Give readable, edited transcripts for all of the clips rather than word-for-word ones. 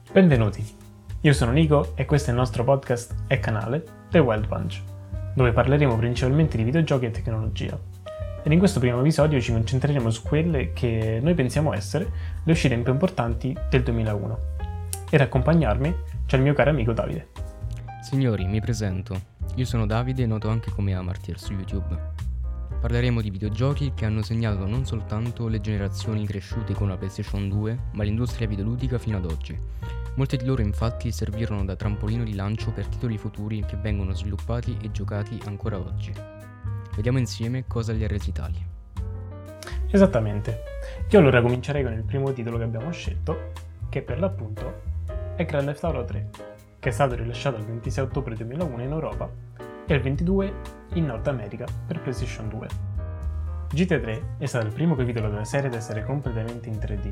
Benvenuti, io sono Nico e questo è il nostro podcast e canale The Wild Bunch, dove parleremo principalmente di videogiochi e tecnologia. Ed in questo primo episodio ci concentreremo su quelle che noi pensiamo essere le uscite più importanti del 2001. Ed accompagnarmi c'è il mio caro amico Davide. Signori, mi presento. Io sono Davide, noto anche come Amartier su YouTube. Parleremo di videogiochi che hanno segnato non soltanto le generazioni cresciute con la PlayStation 2, ma l'industria videoludica fino ad oggi. Molti di loro infatti servirono da trampolino di lancio per titoli futuri che vengono sviluppati e giocati ancora oggi. Vediamo insieme cosa li ha resi tali. Esattamente. Io allora comincerei con il primo titolo che abbiamo scelto, che per l'appunto è Grand Theft Auto 3, che è stato rilasciato il 26 ottobre 2001 in Europa e il 22 in Nord America per PlayStation 2. GTA 3 è stato il primo capitolo della serie ad essere completamente in 3D.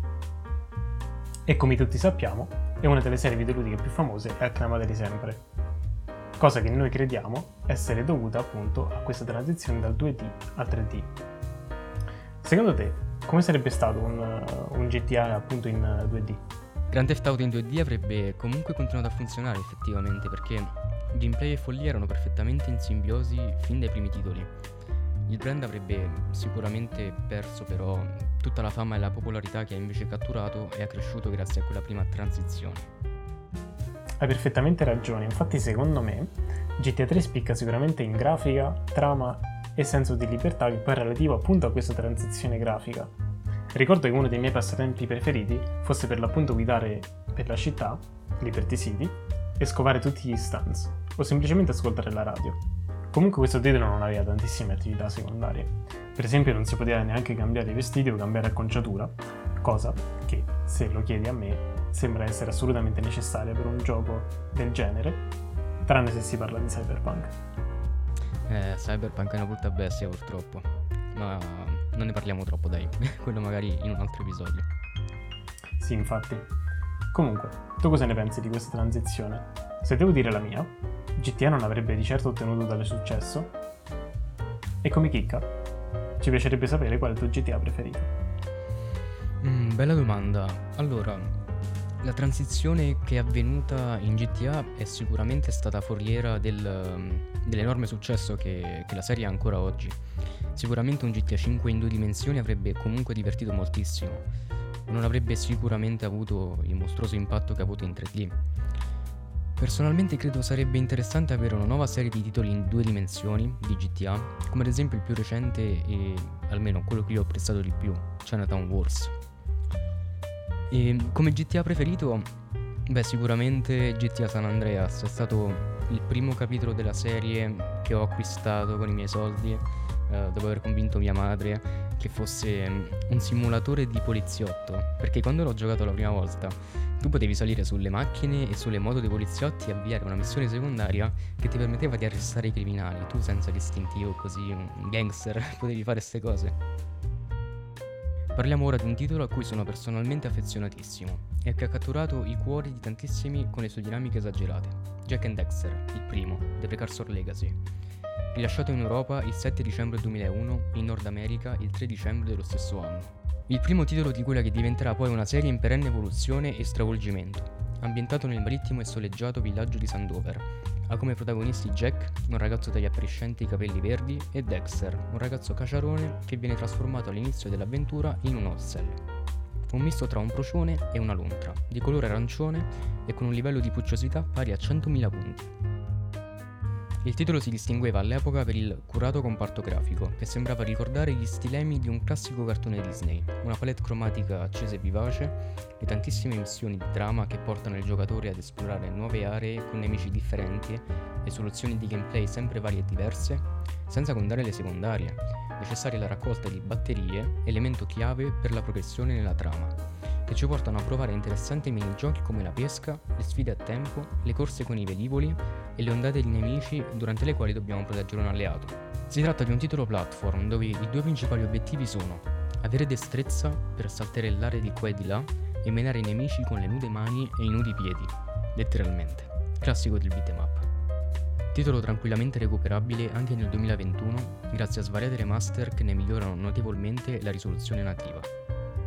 E come tutti sappiamo, è una delle serie videoludiche più famose e acclamate di sempre. Cosa che noi crediamo essere dovuta appunto a questa transizione dal 2D al 3D. Secondo te, come sarebbe stato un GTA appunto in 2D? Grand Theft Auto in 2D avrebbe comunque continuato a funzionare effettivamente perché gameplay e follia erano perfettamente in simbiosi fin dai primi titoli. Il brand avrebbe sicuramente perso però tutta la fama e la popolarità che ha invece catturato e ha cresciuto grazie a quella prima transizione. Hai perfettamente ragione, infatti secondo me GTA 3 spicca sicuramente in grafica, trama e senso di libertà che poi è relativo appunto a questa transizione grafica. Ricordo che uno dei miei passatempi preferiti fosse per l'appunto guidare per la città, Liberty City, e scovare tutti gli stands, o semplicemente ascoltare la radio. Comunque questo titolo non aveva tantissime attività secondarie. Per esempio non si poteva neanche cambiare i vestiti o cambiare acconciatura, cosa che, se lo chiedi a me, sembra essere assolutamente necessaria per un gioco del genere, tranne se si parla di Cyberpunk. Cyberpunk è una brutta bestia purtroppo, ma non ne parliamo troppo dai, quello magari in un altro episodio. Sì, infatti. Comunque, tu cosa ne pensi di questa transizione? Se devo dire la mia, GTA non avrebbe di certo ottenuto tale successo. E come chicca, ci piacerebbe sapere qual è il tuo GTA preferito. Bella domanda. Allora, la transizione che è avvenuta in GTA è sicuramente stata foriera dell'enorme successo che la serie ha ancora oggi. Sicuramente un GTA 5 in 2 dimensioni avrebbe comunque divertito moltissimo. Non avrebbe sicuramente avuto il mostruoso impatto che ha avuto in 3D. Personalmente credo sarebbe interessante avere una nuova serie di titoli in 2 dimensioni di GTA, come ad esempio il più recente e almeno quello che io ho apprezzato di più, Chinatown Wars. E come GTA preferito, sicuramente GTA San Andreas è stato il primo capitolo della serie che ho acquistato con i miei soldi, dopo aver convinto mia madre che fosse un simulatore di poliziotto, perché quando l'ho giocato la prima volta tu potevi salire sulle macchine e sulle moto dei poliziotti e avviare una missione secondaria che ti permetteva di arrestare i criminali. Tu senza distintivo, così un gangster, potevi fare queste cose. Parliamo ora di un titolo a cui sono personalmente affezionatissimo e che ha catturato i cuori di tantissimi con le sue dinamiche esagerate. Jak and Daxter, il primo, The Precursor Legacy. Rilasciato in Europa il 7 dicembre 2001 e in Nord America il 3 dicembre dello stesso anno. Il primo titolo di quella che diventerà poi una serie in perenne evoluzione e stravolgimento, ambientato nel marittimo e soleggiato villaggio di Sandover. Ha come protagonisti Jack, un ragazzo dagli appariscenti capelli verdi, e Dexter, un ragazzo caciarone che viene trasformato all'inizio dell'avventura in un hostel. Un misto tra un procione e una lontra, di colore arancione e con un livello di pucciosità pari a 100.000 punti. Il titolo si distingueva all'epoca per il curato comparto grafico, che sembrava ricordare gli stilemi di un classico cartone Disney, una palette cromatica accesa e vivace, e tantissime missioni di trama che portano il giocatore ad esplorare nuove aree con nemici differenti e soluzioni di gameplay sempre varie e diverse, senza contare le secondarie, necessarie alla raccolta di batterie, elemento chiave per la progressione nella trama, che ci portano a provare interessanti minigiochi come la pesca, le sfide a tempo, le corse con i velivoli e le ondate di nemici durante le quali dobbiamo proteggere un alleato. Si tratta di un titolo platform dove i 2 principali obiettivi sono avere destrezza per saltellare di qua e di là e menare i nemici con le nude mani e i nudi piedi, letteralmente, classico del beat'em up. Titolo tranquillamente recuperabile anche nel 2021 grazie a svariate remaster che ne migliorano notevolmente la risoluzione nativa.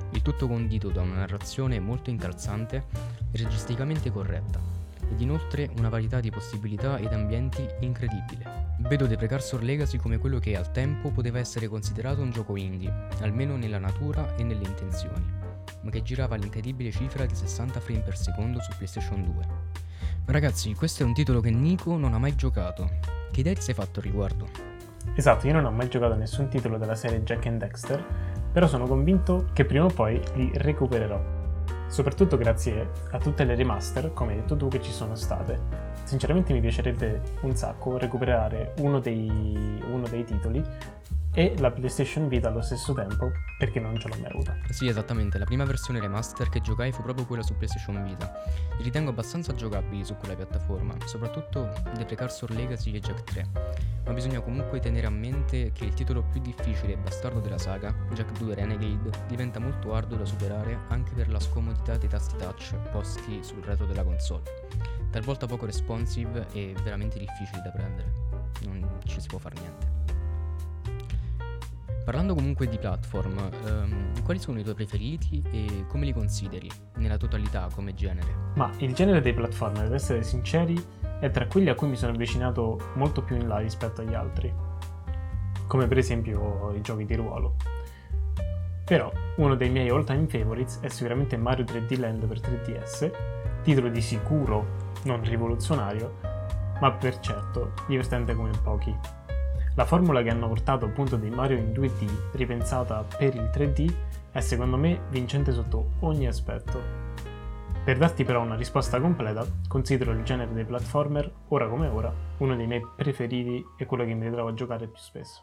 il tutto condito da una narrazione molto incalzante e registicamente corretta, ed inoltre una varietà di possibilità ed ambienti incredibile. Vedo The Precursor Legacy come quello che al tempo poteva essere considerato un gioco indie, almeno nella natura e nelle intenzioni, ma che girava all'incredibile cifra di 60 frame per secondo su PlayStation 2. Ma ragazzi, questo è un titolo che Nico non ha mai giocato. Che idea ti sei fatto al riguardo? Esatto, io non ho mai giocato a nessun titolo della serie Jak and Daxter, però sono convinto che prima o poi li recupererò. Soprattutto grazie a tutte le remaster, come hai detto tu, che ci sono state. Sinceramente mi piacerebbe un sacco recuperare uno dei titoli e la PlayStation Vita allo stesso tempo, perché non ce l'ho mai avuta. Sì, esattamente, la prima versione remaster che giocai fu proprio quella su PlayStation Vita. Li ritengo abbastanza giocabili su quella piattaforma, soprattutto The Precursor Legacy e Jak 3. Ma bisogna comunque tenere a mente che il titolo più difficile e bastardo della saga, Jak 2 Renegade, diventa molto arduo da superare anche per la scomodità dei tasti touch posti sul retro della console. Talvolta poco responsive e veramente difficili da prendere. Non ci si può fare niente. Parlando comunque di platform, quali sono i tuoi preferiti e come li consideri nella totalità come genere? Ma il genere dei platformer, per essere sinceri, è tra quelli a cui mi sono avvicinato molto più in là rispetto agli altri, come per esempio i giochi di ruolo. Però uno dei miei all-time favorites è sicuramente Mario 3D Land per 3DS, titolo di sicuro non rivoluzionario, ma per certo divertente come pochi. La formula che hanno portato appunto dei Mario in 2D ripensata per il 3D è secondo me vincente sotto ogni aspetto. Per darti però una risposta completa, considero il genere dei platformer, ora come ora, uno dei miei preferiti e quello che mi ritrovo a giocare più spesso.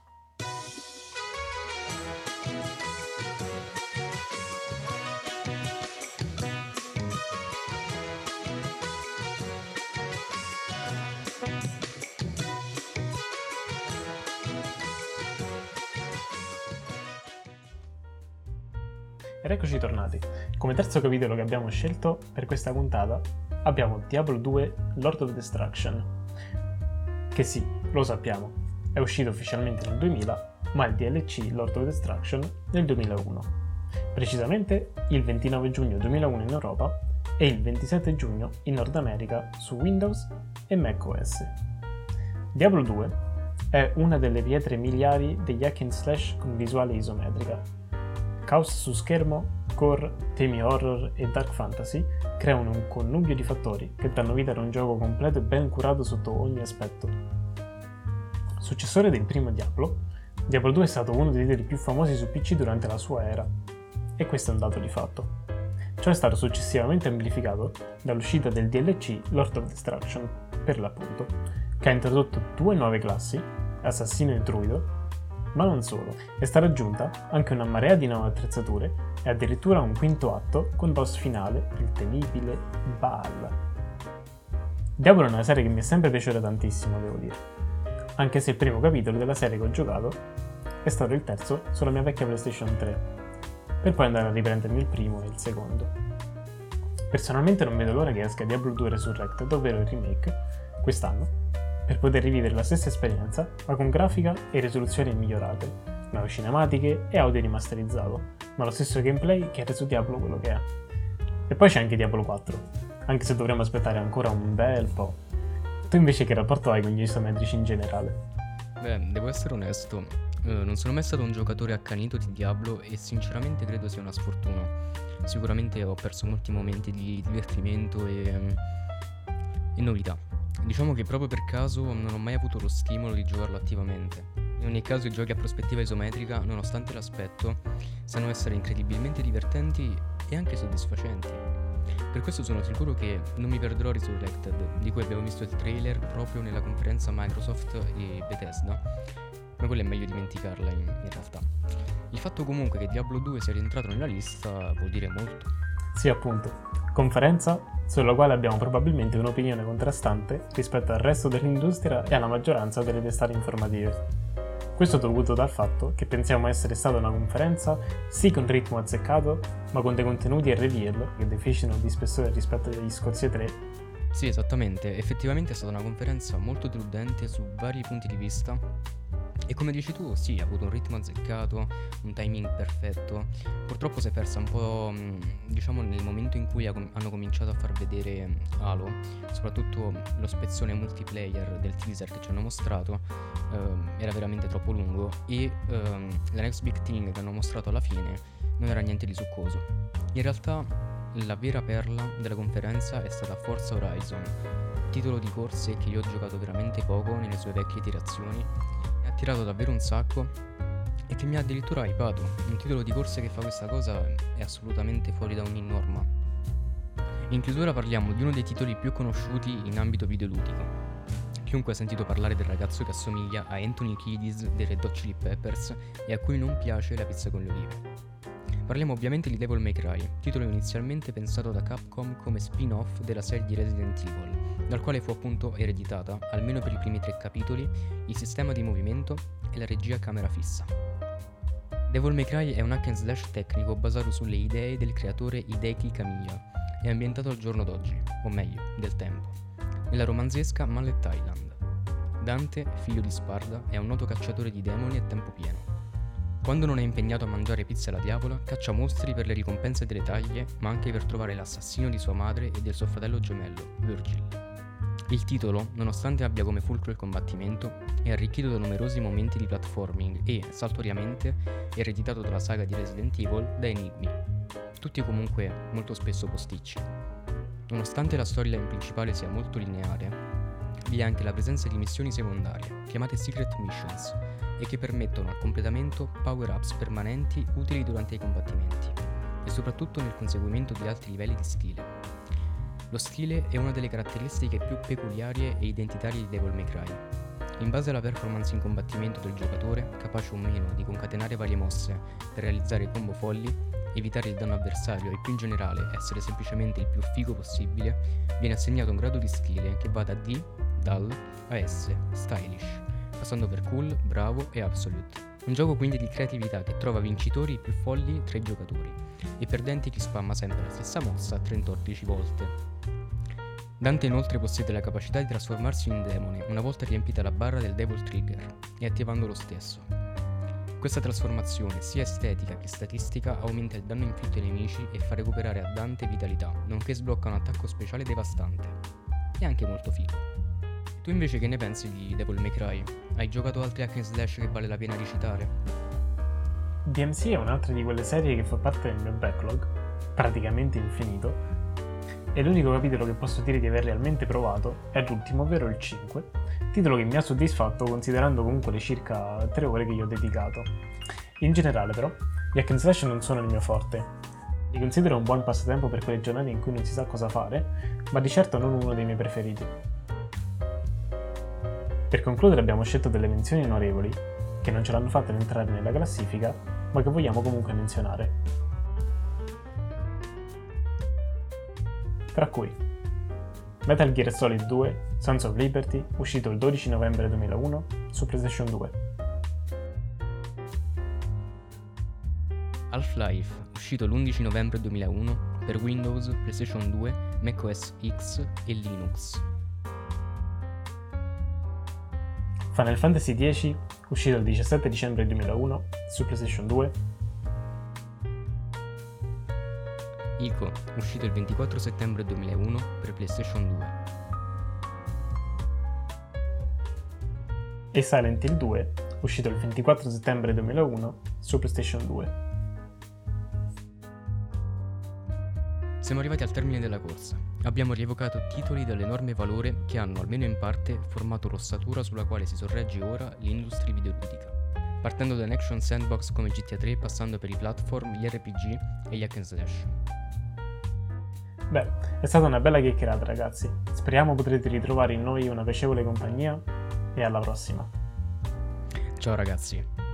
Ed eccoci tornati. Come terzo capitolo che abbiamo scelto per questa puntata abbiamo Diablo 2 Lord of Destruction, che sì, lo sappiamo, è uscito ufficialmente nel 2000, ma il DLC Lord of Destruction nel 2001. Precisamente il 29 giugno 2001 in Europa e il 27 giugno in Nord America su Windows e macOS. Diablo 2 è una delle pietre miliari degli hack and slash con visuale isometrica. Caos su schermo, core, temi horror e dark fantasy creano un connubio di fattori che danno vita ad un gioco completo e ben curato sotto ogni aspetto. Successore del primo Diablo, Diablo 2 è stato uno dei titoli più famosi su PC durante la sua era, e questo è un dato di fatto. Ciò è stato successivamente amplificato dall'uscita del DLC Lord of Destruction, per l'appunto, che ha introdotto 2 nuove classi, assassino e druido, ma non solo, è stata aggiunta anche una marea di nuove attrezzature e addirittura un quinto atto con boss finale, il temibile Baal. Diablo è una serie che mi è sempre piaciuta tantissimo, devo dire, anche se il primo capitolo della serie che ho giocato è stato il terzo sulla mia vecchia PlayStation 3, per poi andare a riprendermi il primo e il secondo. Personalmente non vedo l'ora che esca Diablo 2 Resurrected, ovvero il remake, quest'anno, per poter rivivere la stessa esperienza, ma con grafica e risoluzioni migliorate, nuove cinematiche e audio rimasterizzato, ma lo stesso gameplay che ha reso Diablo quello che è. E poi c'è anche Diablo 4, anche se dovremmo aspettare ancora un bel po'. Tu invece che rapporto hai con gli isometrici in generale? Beh, devo essere onesto, non sono mai stato un giocatore accanito di Diablo e sinceramente credo sia una sfortuna. Sicuramente ho perso molti momenti di divertimento e novità. Diciamo che proprio per caso non ho mai avuto lo stimolo di giocarlo attivamente. In ogni caso i giochi a prospettiva isometrica, nonostante l'aspetto, sanno essere incredibilmente divertenti e anche soddisfacenti. Per questo sono sicuro che non mi perderò Resurrected, di cui abbiamo visto il trailer proprio nella conferenza Microsoft e Bethesda, ma quella è meglio dimenticarla in realtà. Il fatto comunque che Diablo 2 sia rientrato nella lista vuol dire molto. Sì, appunto, conferenza sulla quale abbiamo probabilmente un'opinione contrastante rispetto al resto dell'industria e alla maggioranza delle testate informative. Questo dovuto dal fatto che pensiamo essere stata una conferenza sì con ritmo azzeccato, ma con dei contenuti e reveal che deficitano di spessore rispetto agli scorsi 3. Sì, esattamente, effettivamente è stata una conferenza molto deludente su vari punti di vista E come dici tu, sì, ha avuto un ritmo azzeccato, un timing perfetto. Purtroppo si è persa un po', diciamo, nel momento in cui hanno cominciato a far vedere Halo, soprattutto lo spezzone multiplayer del teaser che ci hanno mostrato, era veramente troppo lungo e la next big thing che hanno mostrato alla fine non era niente di succoso. In realtà la vera perla della conferenza è stata Forza Horizon, titolo di corse che io ho giocato veramente poco nelle sue vecchie iterazioni, mi ha attirato davvero un sacco e che mi ha addirittura hypato. Un titolo di corse che fa questa cosa è assolutamente fuori da ogni norma. In chiusura parliamo di uno dei titoli più conosciuti in ambito videoludico. Chiunque ha sentito parlare del ragazzo che assomiglia a Anthony Kiedis dei Red Hot Chili Peppers e a cui non piace la pizza con le olive. Parliamo ovviamente di Devil May Cry, titolo inizialmente pensato da Capcom come spin-off della serie di Resident Evil, dal quale fu appunto ereditata, almeno per i primi 3 capitoli, il sistema di movimento e la regia a camera fissa. Devil May Cry è un hack and slash tecnico basato sulle idee del creatore Hideki Kamiya e ambientato al giorno d'oggi, o meglio, del tempo, nella romanzesca Mallet Island. Dante, figlio di Sparda, è un noto cacciatore di demoni a tempo pieno. Quando non è impegnato a mangiare pizza alla diavola, caccia mostri per le ricompense delle taglie, ma anche per trovare l'assassino di sua madre e del suo fratello gemello, Virgil. Il titolo, nonostante abbia come fulcro il combattimento, è arricchito da numerosi momenti di platforming e, saltuariamente, ereditato dalla saga di Resident Evil da enigmi, tutti comunque molto spesso posticci. Nonostante la storyline principale sia molto lineare, vi è anche la presenza di missioni secondarie, chiamate Secret Missions, e che permettono al completamento power-ups permanenti utili durante i combattimenti, e soprattutto nel conseguimento di alti livelli di stile. Lo stile è una delle caratteristiche più peculiari e identitarie di Devil May Cry. In base alla performance in combattimento del giocatore, capace o meno di concatenare varie mosse per realizzare combo folli, evitare il danno avversario e più in generale essere semplicemente il più figo possibile, viene assegnato un grado di stile che va da D, dull, a S, stylish, passando per cool, bravo e absolute. Un gioco quindi di creatività che trova vincitori più folli tra i giocatori e perdenti chi spamma sempre la stessa mossa 14 volte. Dante inoltre possiede la capacità di trasformarsi in demone una volta riempita la barra del Devil Trigger e attivando lo stesso. Questa trasformazione, sia estetica che statistica, aumenta il danno inflitto ai nemici e fa recuperare a Dante vitalità, nonché sblocca un attacco speciale devastante. È anche molto figo. Tu invece che ne pensi di Devil May Cry? Hai giocato altri hack and slash che vale la pena ricitare? DMC è un'altra di quelle serie che fa parte del mio backlog, praticamente infinito, e l'unico capitolo che posso dire di aver realmente provato è l'ultimo, ovvero il 5, titolo che mi ha soddisfatto considerando comunque le circa 3 ore che gli ho dedicato. In generale però, gli hack and slash non sono il mio forte. Li considero un buon passatempo per quelle giornate in cui non si sa cosa fare, ma di certo non uno dei miei preferiti. Per concludere abbiamo scelto delle menzioni onorevoli, che non ce l'hanno fatta ad entrare nella classifica, ma che vogliamo comunque menzionare. Tra cui Metal Gear Solid 2 Sons of Liberty, uscito il 12 novembre 2001 su PlayStation 2. Half-Life, uscito l'11 novembre 2001 per Windows, PlayStation 2, macOS X e Linux. Final Fantasy X, uscito il 17 dicembre 2001 su PlayStation 2. Ico, uscito il 24 settembre 2001 per PlayStation 2. E Silent Hill 2, uscito il 24 settembre 2001 su PlayStation 2. Siamo arrivati al termine della corsa. Abbiamo rievocato titoli dall'enorme valore che hanno, almeno in parte, formato l'ossatura sulla quale si sorregge ora l'industria videoludica. Partendo da un action sandbox come GTA 3, passando per i platform, gli RPG e gli hack and slash. Beh, è stata una bella chiacchierata ragazzi. Speriamo potrete ritrovare in noi una piacevole compagnia e alla prossima. Ciao ragazzi.